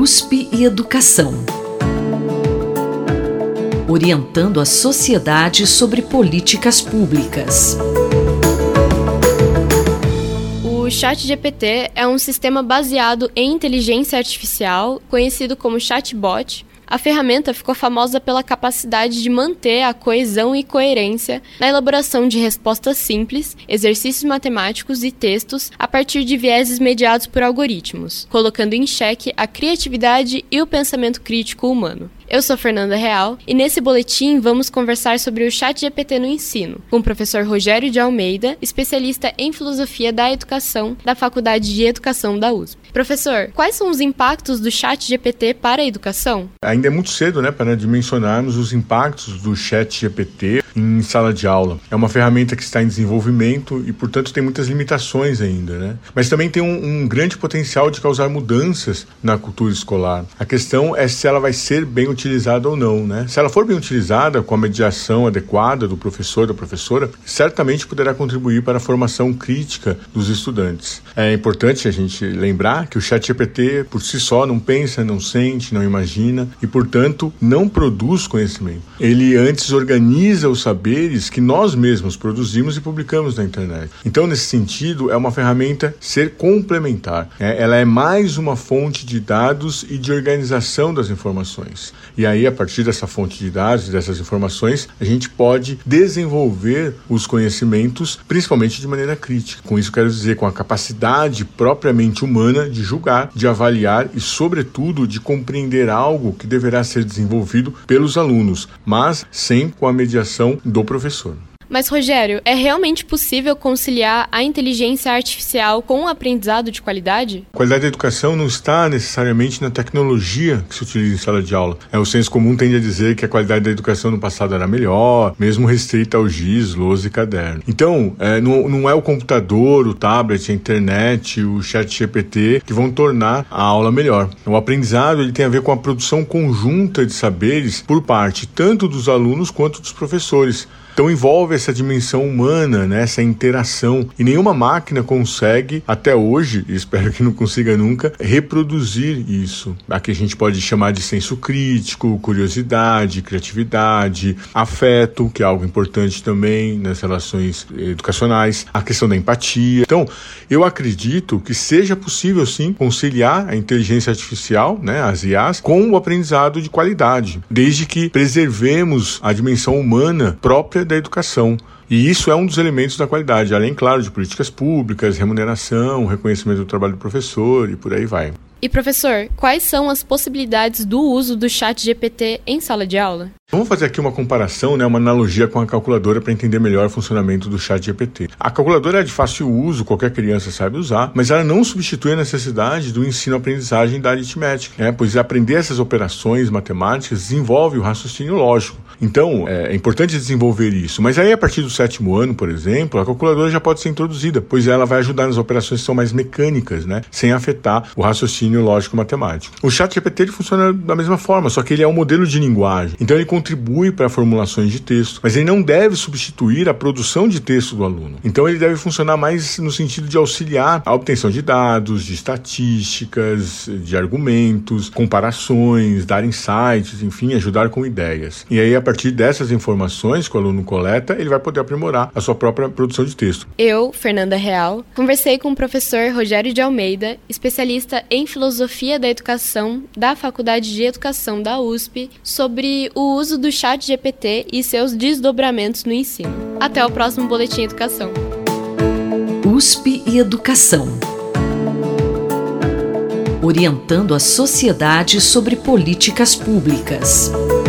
USP e Educação. Orientando a sociedade sobre políticas públicas. O ChatGPT é um sistema baseado em inteligência artificial, conhecido como chatbot. A ferramenta ficou famosa pela capacidade de manter a coesão e coerência na elaboração de respostas simples, exercícios matemáticos e textos a partir de vieses mediados por algoritmos, colocando em xeque a criatividade e o pensamento crítico humano. Eu sou Fernanda Real e nesse boletim vamos conversar sobre o ChatGPT no ensino, com o professor Rogério de Almeida, especialista em filosofia da educação da Faculdade de Educação da USP. Professor, quais são os impactos do ChatGPT para a educação? Ainda é muito cedo, para dimensionarmos os impactos do ChatGPT em sala de aula. É uma ferramenta que está em desenvolvimento e, portanto, tem muitas limitações ainda, Mas também tem um grande potencial de causar mudanças na cultura escolar. A questão é se ela vai ser bem utilizada ou não, Se ela for bem utilizada, com a mediação adequada do professor, da professora, certamente poderá contribuir para a formação crítica dos estudantes. É importante a gente lembrar que o ChatGPT, por si só, não pensa, não sente, não imagina e, portanto, não produz conhecimento. Ele antes organiza os saberes que nós mesmos produzimos e publicamos na internet. Então, nesse sentido, é uma ferramenta ser complementar. Ela é mais uma fonte de dados e de organização das informações. E aí, a partir dessa fonte de dados e dessas informações, a gente pode desenvolver os conhecimentos, principalmente de maneira crítica. Com isso, quero dizer, com a capacidade propriamente humana de julgar, de avaliar e, sobretudo, de compreender algo que deverá ser desenvolvido pelos alunos, mas sempre com a mediação do professor. Mas, Rogério, é realmente possível conciliar a inteligência artificial com o aprendizado de qualidade? A qualidade da educação não está necessariamente na tecnologia que se utiliza em sala de aula. O senso comum tende a dizer que a qualidade da educação no passado era melhor, mesmo restrita ao giz, lousa e caderno. Então, não é o computador, o tablet, a internet, o ChatGPT que vão tornar a aula melhor. O aprendizado ele tem a ver com a produção conjunta de saberes por parte tanto dos alunos quanto dos professores. Então envolve essa dimensão humana, essa interação. E nenhuma máquina consegue, até hoje, e espero que não consiga nunca, reproduzir isso. Aqui a gente pode chamar de senso crítico, curiosidade, criatividade, afeto, que é algo importante também nas relações educacionais, a questão da empatia. Então, eu acredito que seja possível, sim, conciliar a inteligência artificial, as IAs, com o aprendizado de qualidade, desde que preservemos a dimensão humana própria da educação. E isso é um dos elementos da qualidade, além, claro, de políticas públicas, remuneração, reconhecimento do trabalho do professor e por aí vai. E, professor, quais são as possibilidades do uso do ChatGPT em sala de aula? Vamos fazer aqui uma comparação, uma analogia com a calculadora para entender melhor o funcionamento do ChatGPT. A calculadora é de fácil uso, qualquer criança sabe usar, mas ela não substitui a necessidade do ensino-aprendizagem da aritmética, pois aprender essas operações matemáticas desenvolve o raciocínio lógico. Então, é importante desenvolver isso. Mas aí, a partir do 7º ano, por exemplo, a calculadora já pode ser introduzida, pois ela vai ajudar nas operações que são mais mecânicas, sem afetar o raciocínio lógico-matemático. O ChatGPT ele funciona da mesma forma, só que ele é um modelo de linguagem. Então, ele contribui para formulações de texto, mas ele não deve substituir a produção de texto do aluno. Então, ele deve funcionar mais no sentido de auxiliar a obtenção de dados, de estatísticas, de argumentos, comparações, dar insights, enfim, ajudar com ideias. E aí, a partir dessas informações que o aluno coleta, ele vai poder aprimorar a sua própria produção de texto. Eu, Fernanda Real, conversei com o professor Rogério de Almeida, especialista em filosofia da educação da Faculdade de Educação da USP, sobre o uso do ChatGPT e seus desdobramentos no ensino. Até o próximo Boletim Educação. USP e Educação. Orientando a sociedade sobre políticas públicas.